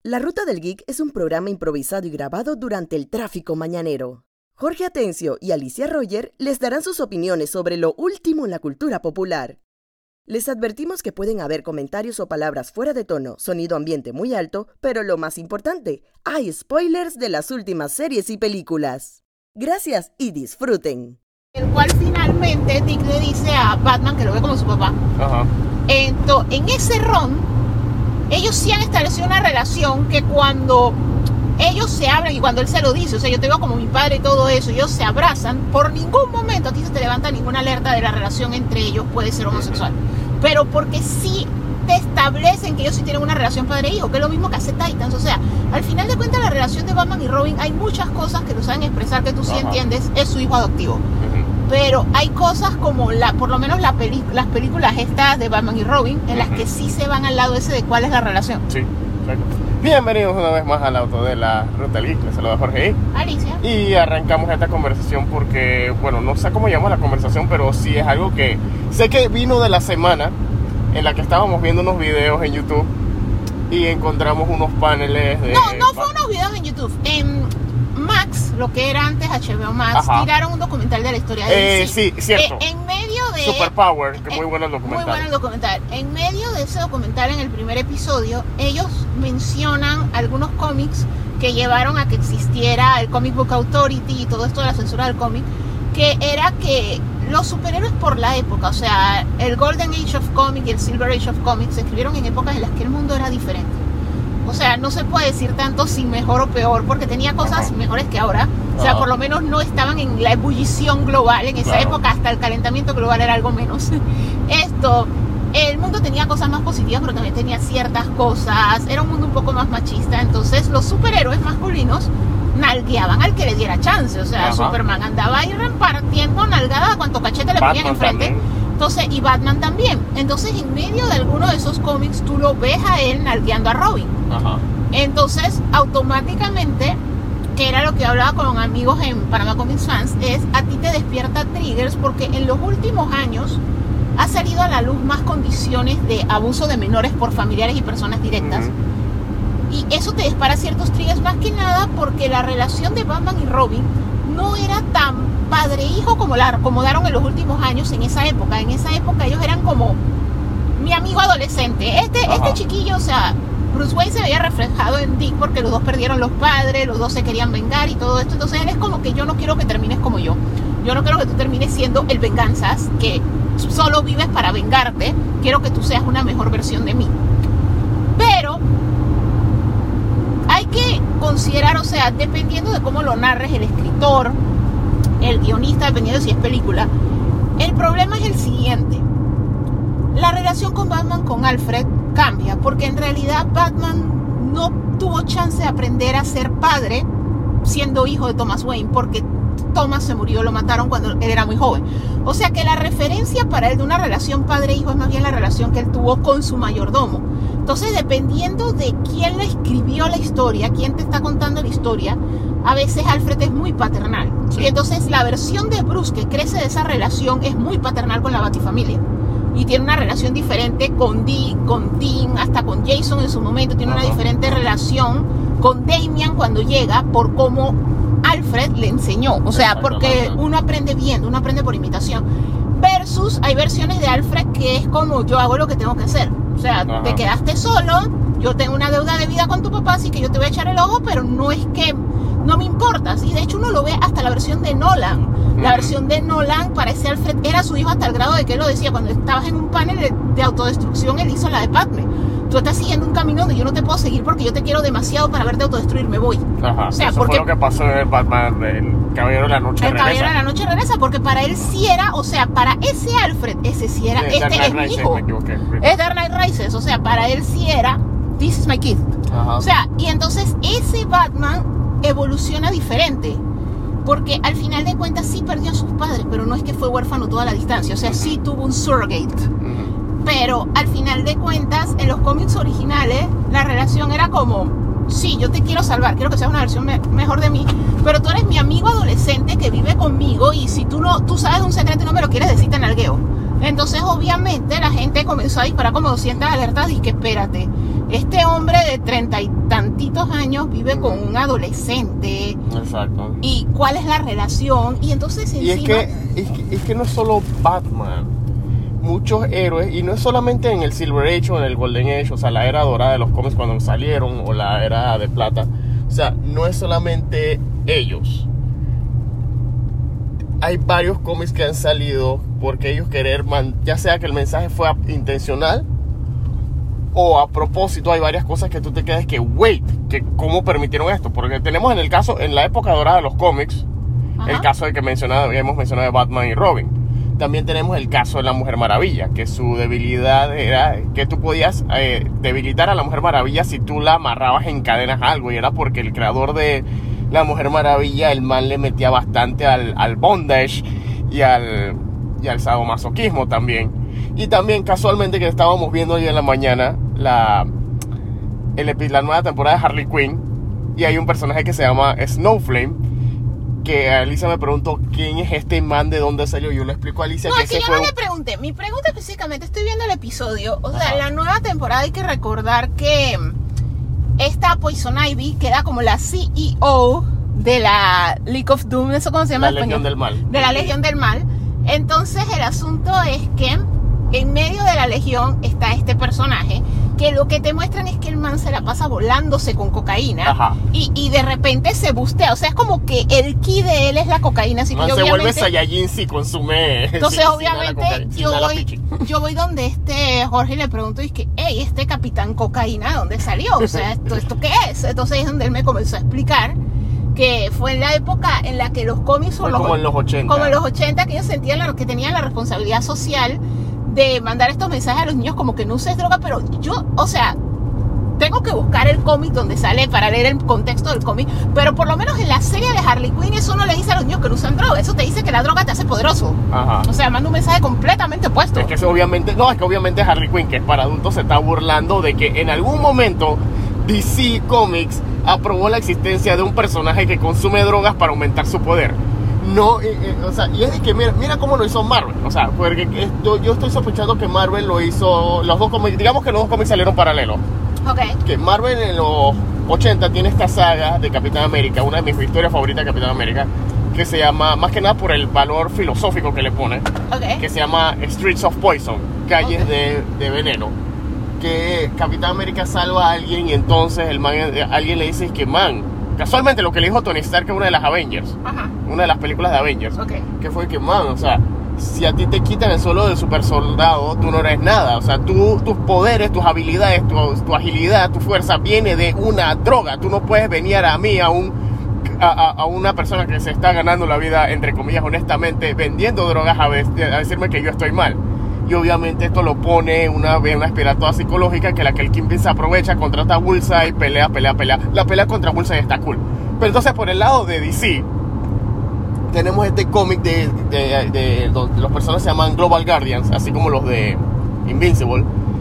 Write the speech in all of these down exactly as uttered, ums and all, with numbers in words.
La Ruta del Geek es un programa improvisado y grabado durante el tráfico mañanero. Jorge Atencio y Alicia Roger les darán sus opiniones sobre lo último en la cultura popular. Les advertimos que pueden haber comentarios o palabras fuera de tono, sonido ambiente muy alto, pero lo más importante, hay spoilers de las últimas series y películas. Gracias y disfruten. El cual finalmente Dick le dice a Batman que lo ve como su papá. Ajá. Entonces, en ese ron, ellos sí han establecido una relación que cuando ellos se abren y cuando él se lo dice, o sea, yo te veo como mi padre y todo eso, ellos se abrazan, por ningún momento a ti se te levanta ninguna alerta de la relación entre ellos puede ser homosexual. Pero porque sí te establecen que ellos sí tienen una relación padre-hijo, que es lo mismo que hace Titans. O sea, al final de cuentas la relación de Batman y Robin, hay muchas cosas que lo saben expresar que tú sí Ajá. entiendes, es su hijo adoptivo. Uh-huh. Pero hay cosas como, la, por lo menos la peli, las películas estas de Batman y Robin, en las Uh-huh. que sí se van al lado ese de cuál es la relación. Sí, exacto. Bienvenidos una vez más al auto de la Ruta del Geek. Les saluda Jorge Alicia. y arrancamos esta conversación porque, bueno, no sé cómo llamamos la conversación, pero sí es algo que sé que vino de la semana en la que estábamos viendo unos videos en YouTube y encontramos unos paneles de... No, no fue unos videos en YouTube. En Max, lo que era antes H B O Max, Ajá. tiraron un documental de la historia de Eh, D C. sí, cierto. Eh, en medio de... Superpower, que eh, muy bueno el documental. Muy bueno el documental. En medio de ese documental, en el primer episodio, ellos mencionan algunos cómics que llevaron a que existiera el Comic Book Authority y todo esto de la censura del cómic, que era que los superhéroes por la época, o sea, el Golden Age of Comics y el Silver Age of Comics se escribieron en épocas en las que el mundo era diferente. O sea, no se puede decir tanto si mejor o peor, porque tenía cosas Ajá. mejores que ahora. O sea, Ajá. por lo menos no estaban en la ebullición global. En esa Claro. época hasta el calentamiento global era algo menos. Esto, el mundo tenía cosas más positivas, pero también tenía ciertas cosas. Era un mundo un poco más machista. Entonces los superhéroes masculinos nalgueaban al que le diera chance. O sea, Ajá. Superman andaba ahí repartiendo nalgadas a cuanto cachete le ponían Batman enfrente. también. Entonces, y Batman también. Entonces, en medio de alguno de esos cómics, tú lo ves a él nalgueando a Robin. Ajá. Entonces, automáticamente, que era lo que hablaba con amigos en Panama Comics Fans, es a ti te despierta triggers porque en los últimos años ha salido a la luz más condiciones de abuso de menores por familiares y personas directas. Uh-huh. Y eso te dispara ciertos triggers más que nada porque la relación de Batman y Robin no era tan padre-hijo como la acomodaron en los últimos años en esa época. En esa época ellos eran como mi amigo adolescente. Este, este chiquillo, o sea, Bruce Wayne se veía reflejado en Dick porque los dos perdieron los padres, los dos se querían vengar y todo esto. Entonces él es como que yo no quiero que termines como yo. Yo no quiero que tú termines siendo el venganzas, que solo vives para vengarte. Quiero que tú seas una mejor versión de mí. Pero hay que considerar, o sea, dependiendo de cómo lo narres el escritor, el guionista, dependiendo de si es película, el problema es el siguiente. La relación con Batman con Alfred cambia, porque en realidad Batman no tuvo chance de aprender a ser padre siendo hijo de Thomas Wayne, porque Thomas se murió, lo mataron cuando él era muy joven. O sea que la referencia para él de una relación padre-hijo es más bien la relación que él tuvo con su mayordomo. Entonces, dependiendo de quién le escribió la historia, quién te está contando la historia, a veces Alfred es muy paternal. Sí. Y entonces la versión de Bruce que crece de esa relación es muy paternal con la Batifamilia. Y tiene una relación diferente con Dick, con Tim, hasta con Jason en su momento. Tiene Ajá. una diferente relación con Damian cuando llega por cómo Alfred le enseñó. O sea, porque uno aprende viendo, uno aprende por imitación. Versus hay versiones de Alfred que es como yo hago lo que tengo que hacer. O sea, Ajá. te quedaste solo, yo tengo una deuda de vida con tu papá, así que yo te voy a echar el ojo, pero no es que no me importas. Y de hecho uno lo ve hasta la versión de Nolan. La Uh-huh. versión de Nolan parece Alfred era su hijo hasta el grado de que él lo decía. Cuando estabas en un panel de, de autodestrucción, él hizo la de Padme. Tú estás siguiendo un camino donde yo no te puedo seguir porque yo te quiero demasiado para verte autodestruir, me voy. Ajá. O sea, Eso porque fue lo que pasó en el Batman, el Caballero de la Noche el regresa. Caballero de la Noche regresa, porque para él sí era, o sea, para ese Alfred, ese sí era, Sí, Dark este Knight es mi Rises, hijo. me equivoqué. Es Dark Knight Rises, o sea, para él sí era, this is my kid. Ajá. O sea, y entonces ese Batman evoluciona diferente. Porque al final de cuentas sí perdió a sus padres, pero no es que fue huérfano toda la distancia. O sea, sí tuvo un surrogate. Uh-huh. pero al final de cuentas, en los cómics originales, la relación era como, sí, yo te quiero salvar, quiero que seas una versión me mejor de mí, pero tú eres mi amigo adolescente que vive conmigo y si tú no, tú sabes un secreto y no me lo quieres decir, te nalgueo. Entonces, obviamente, la gente comenzó a disparar como doscientas alertas y que espérate, este hombre de treinta y tantitos años vive uh-huh. con un adolescente. Exacto. ¿Y cuál es la relación? Y entonces encima... Y es que, es que, es que no es solo Batman. Muchos héroes, y no es solamente en el Silver Age o en el Golden Age, o sea, la era dorada de los cómics cuando salieron, o la era de plata. O sea, no es solamente ellos. Hay varios cómics que han salido porque ellos querer, man, ya sea que el mensaje fue intencional o a propósito. Hay varias cosas que tú te quedas que, wait, que cómo permitieron esto. Porque tenemos en el caso, en la época dorada de los cómics, Ajá. el caso de que mencionado, hemos mencionado de Batman y Robin. También tenemos el caso de la Mujer Maravilla, que su debilidad era que tú podías eh, debilitar a la Mujer Maravilla si tú la amarrabas en cadenas a algo. Y era porque el creador de la Mujer Maravilla, el man le metía bastante al, al bondage y al, y al sadomasoquismo también. Y también casualmente que estábamos viendo hoy en la mañana la, el, la nueva temporada de Harley Quinn. Y hay un personaje que se llama Snowflame, que Alicia me preguntó quién es este man, de dónde salió. Yo le explico a Alicia no, que es que ese yo fue no un... le pregunté. Mi pregunta específicamente, estoy viendo el episodio. O sea, Ajá. la nueva temporada hay que recordar que esta Poison Ivy queda como la C E O de la League of Doom. ¿Eso cómo se llama? La Legión del Mal. De la Legión del Mal. Entonces el asunto es que en medio de la Legión está este personaje que lo que te muestran es que el man se la pasa volándose con cocaína. Ajá. Y, y de repente se bustea, o sea, es como que el ki de él es la cocaína, así que man, se obviamente vuelve Saiyajin si consume. entonces si, obviamente si yo voy yo voy donde este Jorge y le pregunto, y es que, hey, este Capitán Cocaína, ¿de dónde salió? O sea, ¿esto, esto qué es? Entonces es donde él me comenzó a explicar que fue en la época en la que los cómics fue los, como en los ochenta, como en los ochenta, que ellos sentían la, que tenían la responsabilidad social de mandar estos mensajes a los niños como que no uses droga, pero yo, o sea, tengo que buscar el cómic donde sale para leer el contexto del cómic, pero por lo menos en la serie de Harley Quinn eso no le dice a los niños que no usan droga, eso te dice que la droga te hace poderoso. Ajá. O sea, manda un mensaje completamente opuesto. Es que eso obviamente, no, es que obviamente Harley Quinn, que es para adultos, se está burlando de que en algún momento D C Comics aprobó la existencia de un personaje que consume drogas para aumentar su poder. No, eh, eh, o sea, y es de que mira, mira cómo lo hizo Marvel. O sea, porque eh, yo, yo estoy sospechando que Marvel lo hizo, los dos cómics, digamos que los dos cómics salieron paralelos. Ok. Que Marvel en los ochenta tiene esta saga de Capitán América, una de mis historias favoritas de Capitán América, que se llama, más que nada por el valor filosófico que le pone, Ok. que se llama Streets of Poison, calles Ok. de, de veneno. Que Capitán América salva a alguien y entonces el man, alguien le dice que man, casualmente lo que le dijo Tony Stark en una de las Avengers, Ajá. una de las películas de Avengers, Ok. que fue que man, o sea, si a ti te quitan el suelo de super soldado, tú no eres nada. O sea, tú, tus poderes, tus habilidades, tu, tu agilidad, tu fuerza viene de una droga. Tú no puedes venir a mí, a un a, a una persona que se está ganando la vida, entre comillas, honestamente, vendiendo drogas a, vez, a decirme que yo estoy mal. Y obviamente esto lo pone en una, una espiral toda psicológica, que la que el Kingpin se aprovecha, contrata a Bullseye, pelea, pelea, pelea. La pelea contra Bullseye está cool. Pero entonces por el lado de D C tenemos este cómic de, de, de, de, de los personajes se llaman Global Guardians, así como los de Invincible,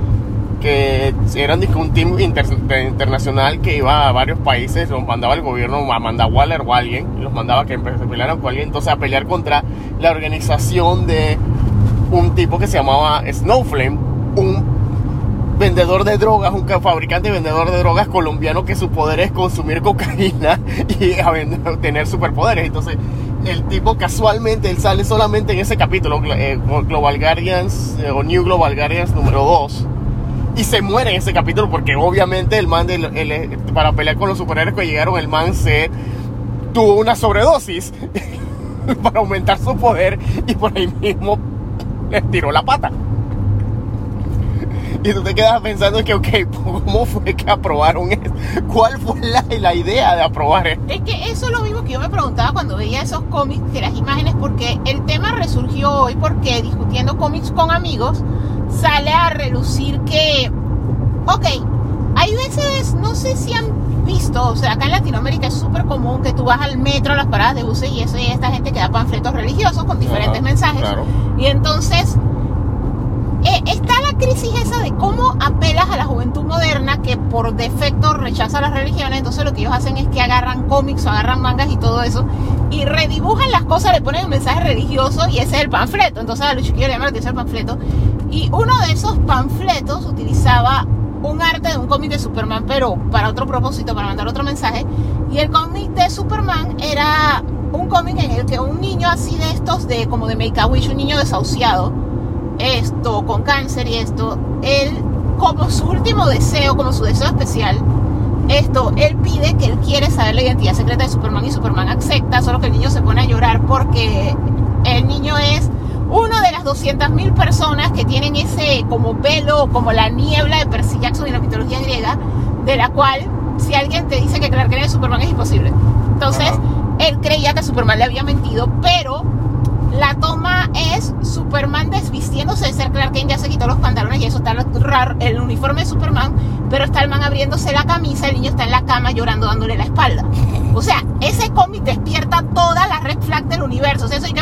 que eran un team inter, internacional que iba a varios países, los mandaba el gobierno, Amanda Waller o alguien, los mandaba que pelearan con alguien, entonces a pelear contra la organización de un tipo que se llamaba Snowflame, un vendedor de drogas, un fabricante y vendedor de drogas colombiano que su poder es consumir cocaína y tener superpoderes. Entonces el tipo casualmente, él sale solamente en ese capítulo, eh, Global Guardians eh, o New Global Guardians número dos, y se muere en ese capítulo porque obviamente el man, de, el, el, para pelear con los superhéroes que llegaron, el man se tuvo una sobredosis para aumentar su poder y por ahí mismo le tiró la pata. Y tú te quedas pensando que, ok, ¿cómo fue que aprobaron esto? ¿Cuál fue la, la idea de aprobar esto? Es que eso es lo mismo que yo me preguntaba cuando veía esos cómics, que las imágenes, porque el tema resurgió hoy porque discutiendo cómics con amigos sale a relucir que, ok, hay veces, no sé si han visto, o sea, acá en Latinoamérica es súper común que tú vas al metro, a las paradas de buses y eso, y esta gente que da panfletos religiosos con diferentes Ajá, mensajes. claro. Y entonces eh, está la crisis esa de cómo apelas a la juventud moderna que por defecto rechaza las religiones. Entonces lo que ellos hacen es que agarran cómics o agarran mangas y todo eso y redibujan las cosas, le ponen un mensaje religioso y ese es el panfleto. Entonces a los chiquillos le llaman que es el panfleto, y uno de esos panfletos utilizaba un arte de un cómic de Superman, pero para otro propósito, para mandar otro mensaje. Y el cómic de Superman era un cómic en el que un niño así de estos, de como de Make-A-Wish, un niño desahuciado, esto, con cáncer y esto, él, como su último deseo, como su deseo especial, esto, él pide que él quiere saber la identidad secreta de Superman y Superman acepta, solo que el niño se pone a llorar porque el niño es uno de las doscientas mil personas que tienen ese como velo, como la niebla de Percy Jackson en la mitología griega, de la cual si alguien te dice que Clark Kent es Superman es imposible. Entonces, uh-huh. él creía que Superman le había mentido, pero la toma es Superman desvistiéndose de ser Clark Kent, ya se quitó los pantalones y eso está raro, el uniforme de Superman, pero está el man abriéndose la camisa, el niño está en la cama llorando, dándole la espalda. O sea, ese cómic despierta todas las red flags del universo. O sea, eso y que...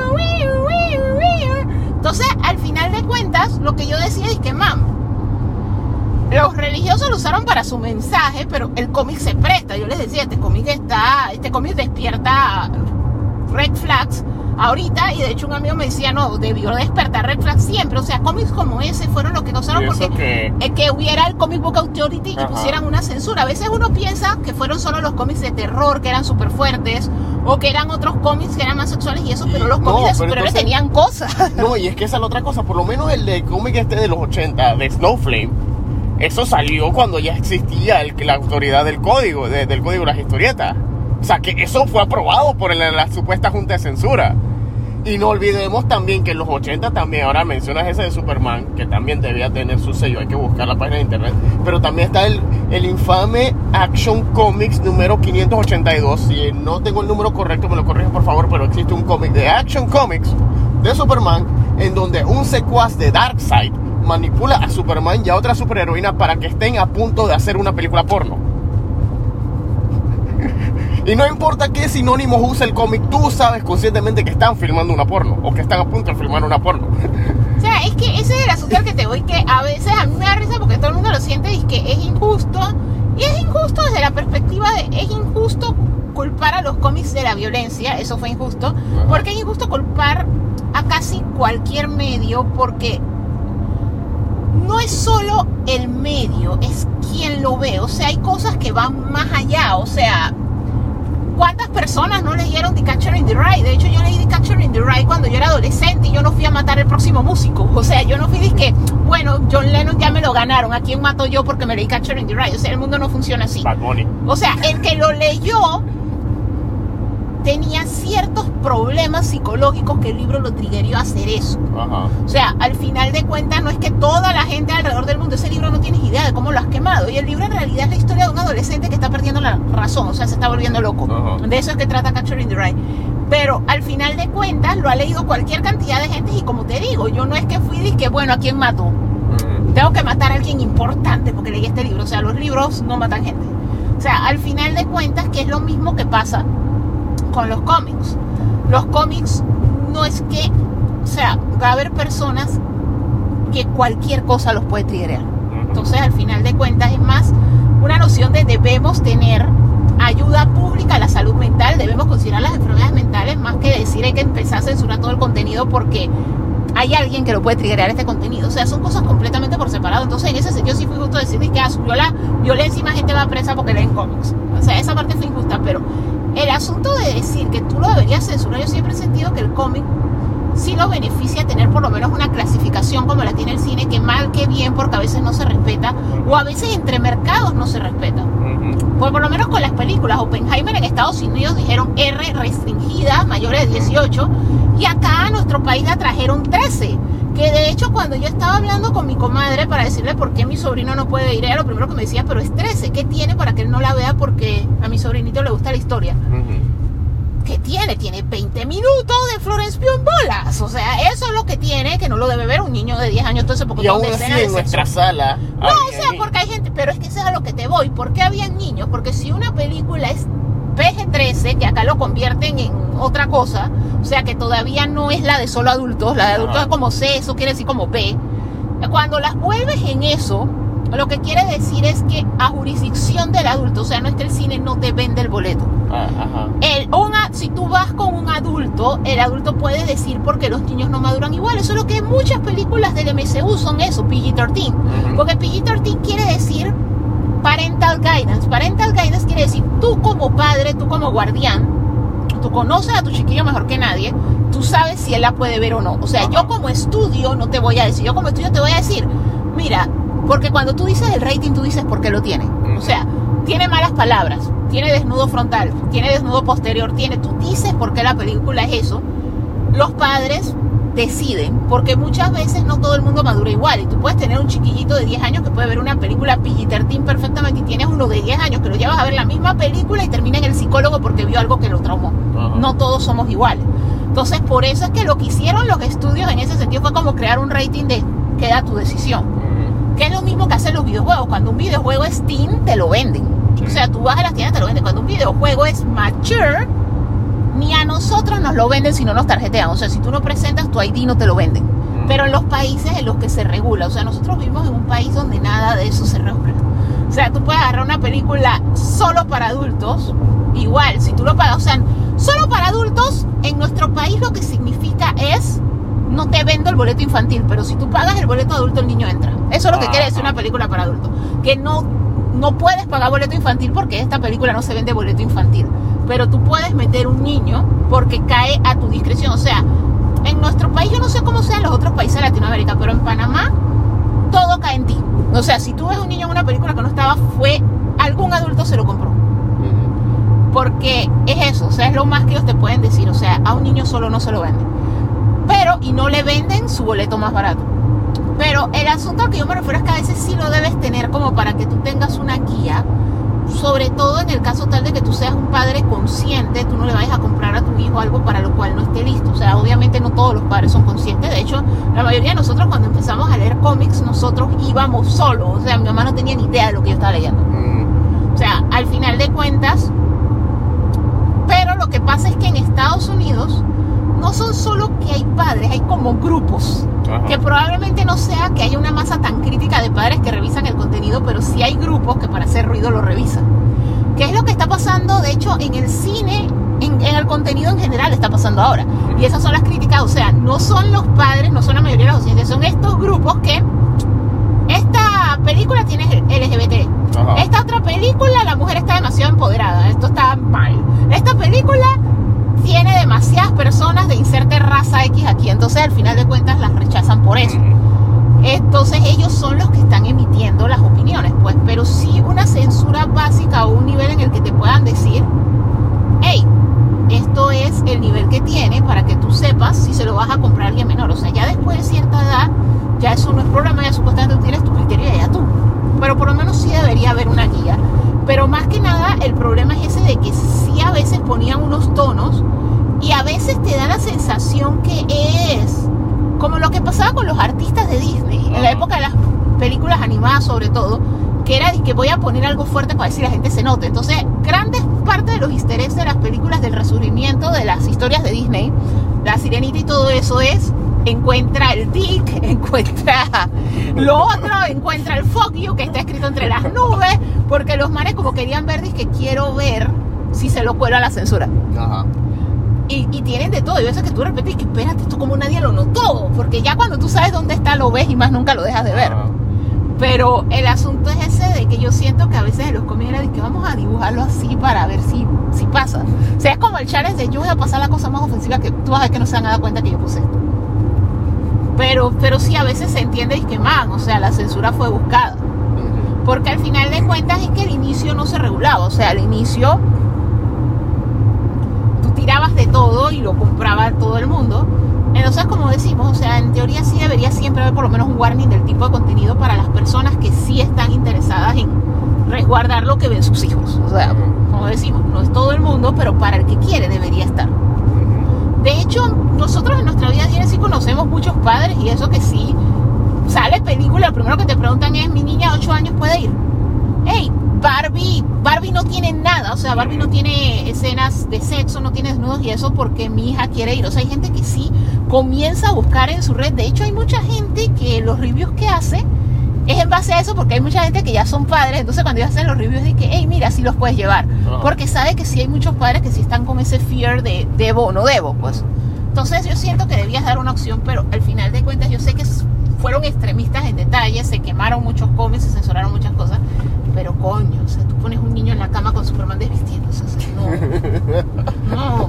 Entonces, al final de cuentas, lo que yo decía es que, mam, los religiosos lo usaron para su mensaje, pero el cómic se presta. Yo les decía, este cómic está, este cómic despierta red flags ahorita, y de hecho un amigo me decía, no, debió despertar red flags siempre. O sea, cómics como ese fueron los que causaron porque que... Eh, que hubiera el Comic Book Authority y pusieran una censura. A veces uno piensa que fueron solo los cómics de terror, que eran súper fuertes, o que eran otros cómics que eran más sexuales y eso, pero los cómics no, de superhéroes entonces, tenían cosas. No, y es que esa es la otra cosa, por lo menos el de cómic este de los ochenta, de Snowflame, eso salió cuando ya existía el, la autoridad del código, de, del código de las historietas. O sea, que eso fue aprobado por la, la supuesta junta de censura. Y no olvidemos también que en los ochenta también, ahora mencionas ese de Superman, que también debía tener su sello, hay que buscar la página de internet, pero también está el, el infame Action Comics número quinientos ochenta y dos, si no tengo el número correcto me lo corrigen por favor, pero existe un cómic de Action Comics de Superman, en donde un secuaz de Darkseid manipula a Superman y a otra superheroína para que estén a punto de hacer una película porno. Y no importa qué sinónimos use el cómic, tú sabes conscientemente que están filmando una porno o que están a punto de filmar una porno. O sea, es que ese es el asunto al que te voy, que a veces a mí me da risa porque todo el mundo lo siente y que es injusto. Y es injusto desde la perspectiva de, es injusto culpar a los cómics de la violencia, eso fue injusto. Ajá. Porque es injusto culpar a casi cualquier medio porque no es solo el medio, es quien lo ve. O sea, hay cosas que van más allá, o sea... ¿Cuántas personas no leyeron The Catcher in the Rye? De hecho, yo leí The Catcher in the Rye cuando yo era adolescente y yo no fui a matar al próximo músico. O sea, yo no fui de que, bueno, John Lennon ya me lo ganaron. ¿A quién mato yo porque me leí Catcher in the Rye? O sea, el mundo no funciona así. Bad Bunny. O sea, el que lo leyó tenía ciertos problemas psicológicos que el libro lo triggerió a hacer eso. Ajá. O sea, al final de cuentas no es que toda la gente alrededor del mundo, ese libro no tienes idea de cómo lo has quemado, y el libro en realidad es la historia de un adolescente que está perdiendo la razón, o sea, se está volviendo loco. Ajá. De eso es que trata Catcher in the Rye. Pero al final de cuentas lo ha leído cualquier cantidad de gente y como te digo, yo no es que fui y que bueno, ¿a quién mato? Uh-huh. Tengo que matar a alguien importante porque leí este libro. O sea, los libros no matan gente. O sea, al final de cuentas, que es lo mismo que pasa con los cómics. Los cómics no es que, o sea, va a haber personas que cualquier cosa los puede triggerar. Entonces, al final de cuentas, es más una noción de debemos tener ayuda pública a la salud mental, debemos considerar las enfermedades mentales más que decir hay que empezar a censurar todo el contenido porque hay alguien que lo puede triggerar este contenido. O sea, son cosas completamente por separado. Entonces, en ese sentido sí fue justo decir que ah, subió la violencia y más gente va presa porque leen cómics. O sea, esa parte fue injusta, pero el asunto de decir que tú lo deberías censurar, yo siempre he sentido que el cómic sí lo beneficia tener por lo menos una clasificación como la tiene el cine, que mal que bien, porque a veces no se respeta, o a veces entre mercados no se respeta. Pues por lo menos con las películas, Oppenheimer en Estados Unidos dijeron R restringida, mayores de dieciocho, y acá a nuestro país la trajeron trece. Que de hecho cuando yo estaba hablando con mi comadre para decirle por qué mi sobrino no puede ir, era lo primero que me decía, pero es trece, ¿qué tiene para que él no la vea? Porque a mi sobrinito le gusta la historia. Uh-huh. ¿Qué tiene? Tiene veinte minutos de Florence Pugh en bolas. O sea, eso es lo que tiene, que no lo debe ver un niño de diez años, todo ese poco de escena de en nuestra sala. No, o sea, porque hay gente, pero es que eso es a lo que te voy. ¿Por qué habían niños? Porque si una película es P G trece, que acá lo convierten en otra cosa, o sea que todavía no es la de solo adultos, la de adultos es como C, eso quiere decir como B. Cuando las vuelves en eso, lo que quiere decir es que a jurisdicción del adulto, o sea, no es que el cine no te vende el boleto. Ah, ajá. El, una, si tú vas con un adulto, el adulto puede decir porque los niños no maduran igual. Eso es lo que muchas películas del M C U son eso, P G trece. Uh-huh. Porque P G trece quiere decir Parental Guidance. Parental Guidance quiere decir tú como padre, tú como guardián, tú conoces a tu chiquillo mejor que nadie, tú sabes si él la puede ver o no. O sea, uh-huh. yo como estudio no te voy a decir, yo como estudio te voy a decir, mira, porque cuando tú dices el rating, tú dices por qué lo tiene. Uh-huh. O sea, tiene malas palabras, tiene desnudo frontal, tiene desnudo posterior, tiene, tú dices por qué la película es eso. Los padres deciden, porque muchas veces no todo el mundo madura igual, y tú puedes tener un chiquillito de diez años que puede ver una película P G trece perfectamente, y tienes uno de diez años que lo llevas a ver la misma película y termina en el psicólogo porque vio algo que lo traumó. Uh-huh. No todos somos iguales. Entonces, por eso es que lo que hicieron los estudios en ese sentido fue como crear un rating de queda tu decisión. Uh-huh. Que es lo mismo que hacen los videojuegos. Cuando un videojuego es teen, te lo venden. Uh-huh. O sea, tú vas a las tiendas, te lo venden. Cuando un videojuego es mature, ni a nosotros nos lo venden si no nos tarjetean. O sea, si tú no presentas tu I D, no te lo venden. Uh-huh. Pero en los países en los que se regula, o sea, nosotros vivimos en un país donde nada de eso se regula. O sea, tú puedes agarrar una película solo para adultos, igual, si tú lo pagas, o sea, solo para adultos, en nuestro país lo que significa es, no te vendo el boleto infantil, pero si tú pagas el boleto adulto, el niño entra. Eso es lo que quiere decir una película para adultos. Que no, no puedes pagar boleto infantil porque esta película no se vende boleto infantil. Pero tú puedes meter un niño porque cae a tu discreción. O sea, en nuestro país, yo no sé cómo sea en los otros países de Latinoamérica, pero en Panamá, todo cae en ti. O sea, si tú ves un niño en una película que no estaba, fue algún adulto se lo compró. Porque es eso, o sea, es lo más que ellos te pueden decir. O sea, a un niño solo no se lo venden. Pero, y no le venden su boleto más barato. Pero el asunto al que yo me refiero es que a veces sí lo debes tener como para que tú tengas una guía. Sobre todo en el caso tal de que tú seas un padre consciente, tú no le vayas a comprar a tu hijo algo para lo cual no esté listo. O sea, obviamente no todos los padres son conscientes. De hecho, la mayoría de nosotros cuando empezamos a leer cómics, nosotros íbamos solos. O sea, mi mamá no tenía ni idea de lo que yo estaba leyendo. O sea, al final de cuentas... Pero lo que pasa es que en Estados Unidos no son solo que hay padres, hay como grupos. Ajá. Que probablemente no sea que haya una masa tan crítica de padres que revisan el contenido, pero sí hay grupos que para hacer ruido lo revisan. ¿Qué es lo que está pasando? De hecho, en el cine, en, en el contenido en general está pasando ahora. Y esas son las críticas, o sea, no son los padres, no son la mayoría de los docentes, son estos grupos que esta película tiene L G B T. Ajá. Esta otra película, la mujer está demasiado empoderada, esto está mal. Esta película tiene demasiadas personas de inserte raza X aquí, entonces al final de cuentas las rechazan por eso. Entonces ellos son los que están emitiendo las opiniones, pues, pero sí una censura básica o un nivel en el que te puedan decir, hey, esto es el nivel que tiene para que tú sepas si se lo vas a comprar a alguien menor. O sea, ya después de cierta edad, ya eso no es problema, ya supuestamente tú tienes tu criterio y ya tú. Pero por lo menos sí debería haber una guía. Pero más que nada el problema es ese de que sí a veces ponían unos tonos y a veces te da la sensación que es como lo que pasaba con los artistas de Disney en la época de las películas animadas sobre todo, que era de que voy a poner algo fuerte para decir la gente se note. Entonces grandes partes de los easter eggs de las películas del resurgimiento de las historias de Disney, la Sirenita y todo eso es encuentra el dick, encuentra lo otro, encuentra el fuck you que está escrito entre las nubes, porque los manes como querían ver, dice que quiero ver si se lo cuelo a la censura. Ajá. Y, y tienen de todo, y a veces que tú repites que espérate, esto como nadie lo notó, porque ya cuando tú sabes dónde está lo ves y más nunca lo dejas de ver. Ajá. Pero el asunto es ese de que yo siento que a veces en los cómics era de que vamos a dibujarlo así para ver si, si pasa. O sea, es como el challenge de yo voy a pasar la cosa más ofensiva que tú vas a ver que no se van a dar cuenta que yo puse esto. Pero, pero sí, a veces se entiende y que man, o sea, la censura fue buscada. Porque al final de cuentas es que el inicio no se regulaba. O sea, al inicio tú tirabas de todo y lo compraba todo el mundo. Entonces, como decimos, o sea, en teoría sí debería siempre haber por lo menos un warning del tipo de contenido para las personas que sí están interesadas en resguardar lo que ven sus hijos. O sea, como decimos, no es todo el mundo, pero para el que quiere debería estar. De hecho, nosotros en nuestra vida diaria sí conocemos muchos padres y eso que sí, sale película, lo primero que te preguntan es, ¿mi niña de ocho años puede ir? Hey, Barbie, Barbie no tiene nada o sea, Barbie no tiene escenas de sexo, no tiene desnudos y eso porque mi hija quiere ir. O sea, hay gente que sí comienza a buscar en su red. De hecho, hay mucha gente que los reviews que hace es en base a eso, porque hay mucha gente que ya son padres. Entonces, cuando ellos hacen los reviews, dicen que, hey, mira, sí los puedes llevar. Uh-huh. Porque sabe que sí hay muchos padres que sí están con ese fear de debo o no debo, pues. Entonces, yo siento que debías dar una opción, pero al final de cuentas, yo sé que fueron extremistas en detalles, se quemaron muchos cómics, se censuraron muchas cosas. Pero coño, o sea, tú pones un niño en la cama con Superman desvistiéndose, o sea, no.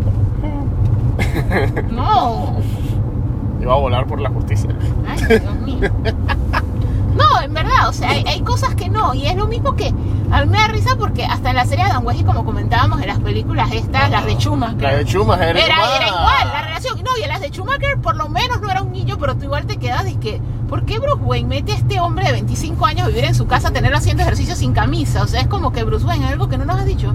No. No. Iba a volar por la justicia. Ay, Dios mío. No, en verdad, o sea, hay, hay cosas que no. Y es lo mismo que a mí me da risa porque hasta en la serie de Dan West, como comentábamos en las películas estas, ah, las de Schumacher. La de Schumacher era, era, era igual la relación. No, y en las de Schumacher por lo menos no era un niño, pero tú igual te quedas y que, ¿por qué Bruce Wayne mete a este hombre de veinticinco años a vivir en su casa, a tenerlo haciendo ejercicio sin camisa? O sea, es como que Bruce Wayne, algo que no nos has dicho.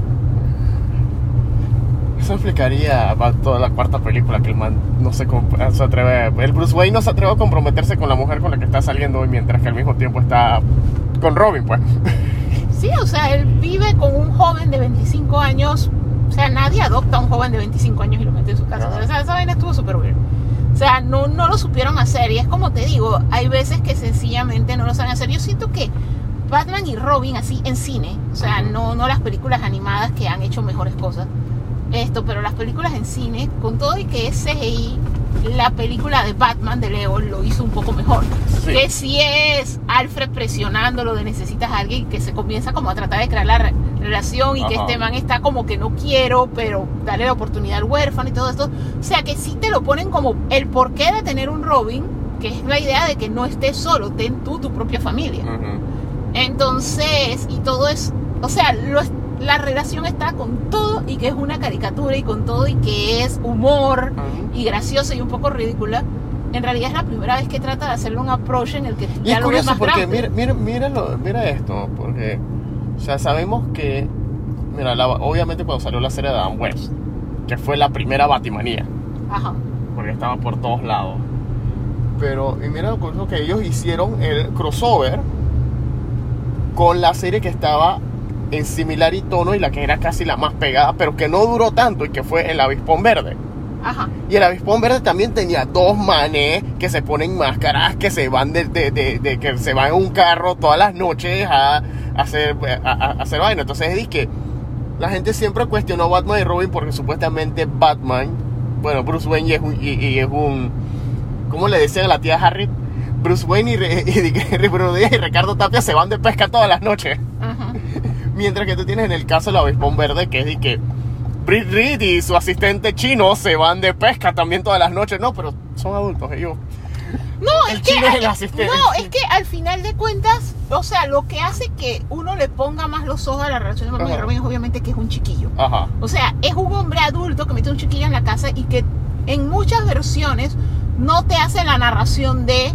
Eso explicaría toda la cuarta película, que el man no se, se atreve, el Bruce Wayne no se atreve a comprometerse con la mujer con la que está saliendo hoy, mientras que al mismo tiempo está con Robin, pues. Sí, o sea, él vive con un joven de veinticinco años. O sea, nadie adopta a un joven de veinticinco años y lo mete en su casa. O sea, esa vaina estuvo súper bien. O sea, no, no lo supieron hacer. Y es como te digo, hay veces que sencillamente no lo saben hacer. Yo siento que Batman y Robin así en cine, o sea, no, no las películas animadas que han hecho mejores cosas, esto, pero las películas en cine, con todo y que es C G I, la película de Batman de Leo lo hizo un poco mejor. Sí. Que si es Alfred presionándolo de necesitas a alguien, que se comienza como a tratar de crear la re relación y Ajá. que este man está como que no quiero, pero darle la oportunidad al huérfano y todo esto. O sea, que sí te lo ponen como el porqué de tener un Robin, que es la idea de que no estés solo, ten tú tu propia familia. Uh-huh. Entonces, y todo es, o sea, lo es, la relación está con todo y que es una caricatura y con todo y que es humor uh-huh. y graciosa y un poco ridícula. En realidad es la primera vez que trata de hacerle un approach en el que y ya es lo ves curioso más porque grande. mira, mira, mira, mira esto, porque o sea, sabemos que mira, la, obviamente cuando salió la serie de Adam West, que fue la primera Batimanía, Ajá. porque estaba por todos lados, pero y mira lo curioso que ellos hicieron el crossover con la serie que estaba en similar y tono y la que era casi la más pegada, pero que no duró tanto y que fue El Avispón Verde. Ajá. Y El Avispón Verde también tenía dos manes que se ponen máscaras, que se van de, de, de, de que se van en un carro todas las noches a, a hacer a, a hacer vaina. Entonces es que la gente siempre cuestionó Batman y Robin porque supuestamente Batman, bueno, Bruce Wayne y es un, y, y es un ¿cómo le decían a la tía Harriet? Bruce Wayne y, y, y, y Ricardo Tapia se van de pesca todas las noches. Ajá. Mientras que tú tienes en el caso del Avispón Verde, que es de que Britt Reed y su asistente chino se van de pesca también todas las noches. No, pero son adultos ellos. No, el es chino que, es el asistente. No, es que al final de cuentas, o sea, lo que hace que uno le ponga más los ojos a la relación de Batman y Robin es obviamente que es un chiquillo. Ajá. O sea, es un hombre adulto que mete un chiquillo en la casa y que en muchas versiones no te hace la narración de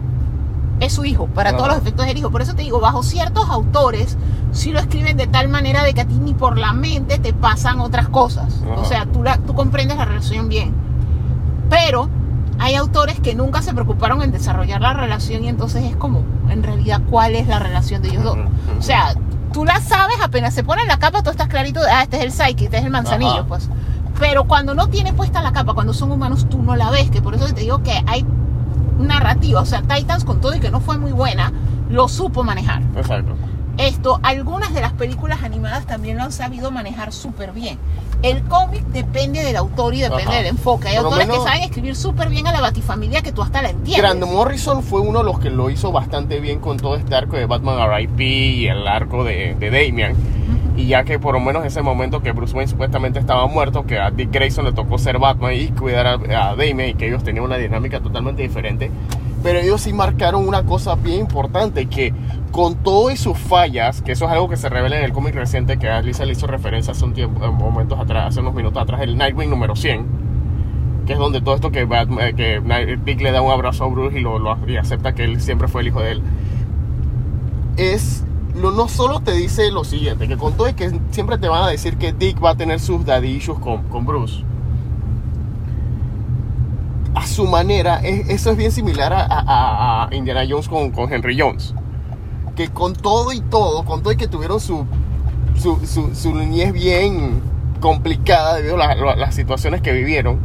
es su hijo, para Ajá. todos los efectos del hijo. Por eso te digo, bajo ciertos autores sí lo escriben de tal manera de que a ti ni por la mente te pasan otras cosas. Ajá. O sea, tú, la, tú comprendes la relación bien. Pero hay autores que nunca se preocuparon en desarrollar la relación y entonces es como, en realidad, ¿cuál es la relación de ellos dos? O sea, tú la sabes, apenas se pone la capa, tú estás clarito de, ah, este es el Psyche, este es el Manzanillo, Ajá. pues. Pero cuando no tiene puesta la capa, cuando son humanos, tú no la ves, que por eso te digo que hay narrativa, o sea, Titans, con todo y que no fue muy buena, lo supo manejar. Exacto. Esto, algunas de las películas animadas también lo han sabido manejar súper bien. El cómic depende del autor y depende Ajá. del enfoque. Hay Por autores menos, que saben escribir súper bien a la Batifamilia que tú hasta la entiendes. Grant Morrison fue uno de los que lo hizo bastante bien con todo este arco de Batman R I P y el arco de, de Damian. Uh-huh. Y ya que por lo menos en ese momento que Bruce Wayne supuestamente estaba muerto, que a Dick Grayson le tocó ser Batman y cuidar a, a Damian y que ellos tenían una dinámica totalmente diferente. Pero ellos sí marcaron una cosa bien importante, que con todo y sus fallas, que eso es algo que se revela en el cómic reciente, que Lisa le hizo referencia hace un tiempo, momentos atrás, hace unos minutos atrás, el Nightwing número cien, que es donde todo esto que, Batman, que Dick le da un abrazo a Bruce y, lo, lo, y acepta que él siempre fue el hijo de él, es, lo, no solo te dice lo siguiente, que con todo y que siempre te van a decir que Dick va a tener sus daddy issues con, con Bruce, a su manera, es, eso es bien similar a, a, a Indiana Jones con, con Henry Jones, que con todo y todo, con todo y que tuvieron su su, su, su niñez bien complicada debido a la, la, las situaciones que vivieron.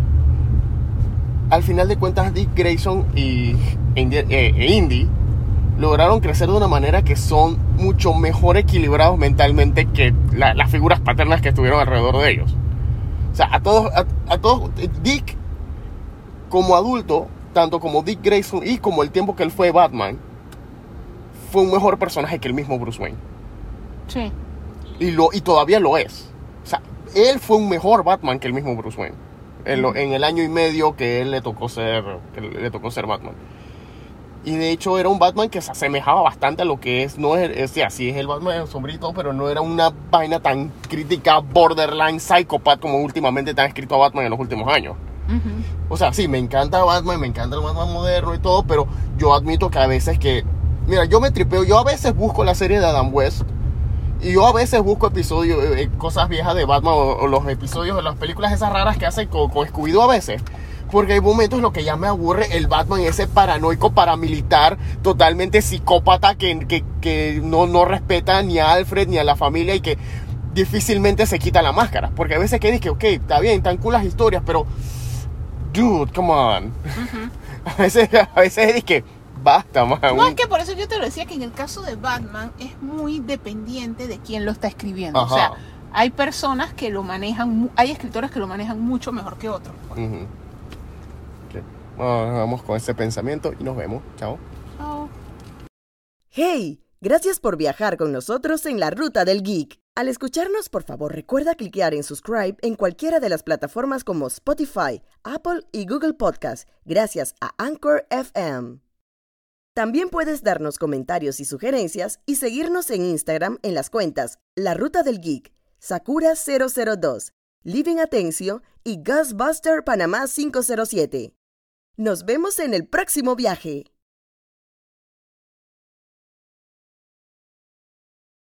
Al final de cuentas, Dick Grayson y Indy, eh, Indy lograron crecer de una manera que son mucho mejor equilibrados mentalmente que la, las figuras paternas que estuvieron alrededor de ellos. O sea, a todos, a, a todos, Dick como adulto, tanto como Dick Grayson y como el tiempo que él fue Batman, fue un mejor personaje que el mismo Bruce Wayne. Sí. Y, lo, y todavía lo es. O sea, él fue un mejor Batman que el mismo Bruce Wayne. En, lo, en el año y medio que él le tocó ser, que le tocó ser Batman. Y de hecho era un Batman que se asemejaba bastante a lo que es. No es, es sí, es el Batman sombrito, pero no era una vaina tan crítica, borderline, psychopath como últimamente te han escrito a Batman en los últimos años. Uh-huh. O sea, sí, me encanta Batman, me encanta el Batman moderno y todo, pero yo admito que a veces que... Mira, yo me tripeo, yo a veces busco la serie de Adam West y yo a veces busco episodios, eh, cosas viejas de Batman o, o los episodios de las películas esas raras que hacen con, con Scooby-Doo a veces. Porque hay momentos en los que ya me aburre el Batman ese paranoico paramilitar, totalmente psicópata que, que, que no, no respeta ni a Alfred ni a la familia y que difícilmente se quita la máscara. Porque a veces que dices que, ok, está bien, tan cool las historias, pero... Dude, come on. Uh-huh. A veces, a veces es que... Basta, man. No, es que por eso yo te lo decía que en el caso de Batman es muy dependiente de quién lo está escribiendo. Ajá. O sea, hay personas que lo manejan, hay escritores que lo manejan mucho mejor que otros. Uh-huh. Okay. Bueno, vamos con ese pensamiento y nos vemos. Chao. Chao. ¡Hey! Gracias por viajar con nosotros en la Ruta del Geek. Al escucharnos, por favor, recuerda clicar en subscribe en cualquiera de las plataformas como Spotify, Apple y Google Podcast, gracias a Anchor F M. También puedes darnos comentarios y sugerencias y seguirnos en Instagram en las cuentas La Ruta del Geek, Sakura cero cero dos, Living Atencio y Ghostbuster Panamá cinco cero siete. Nos vemos en el próximo viaje.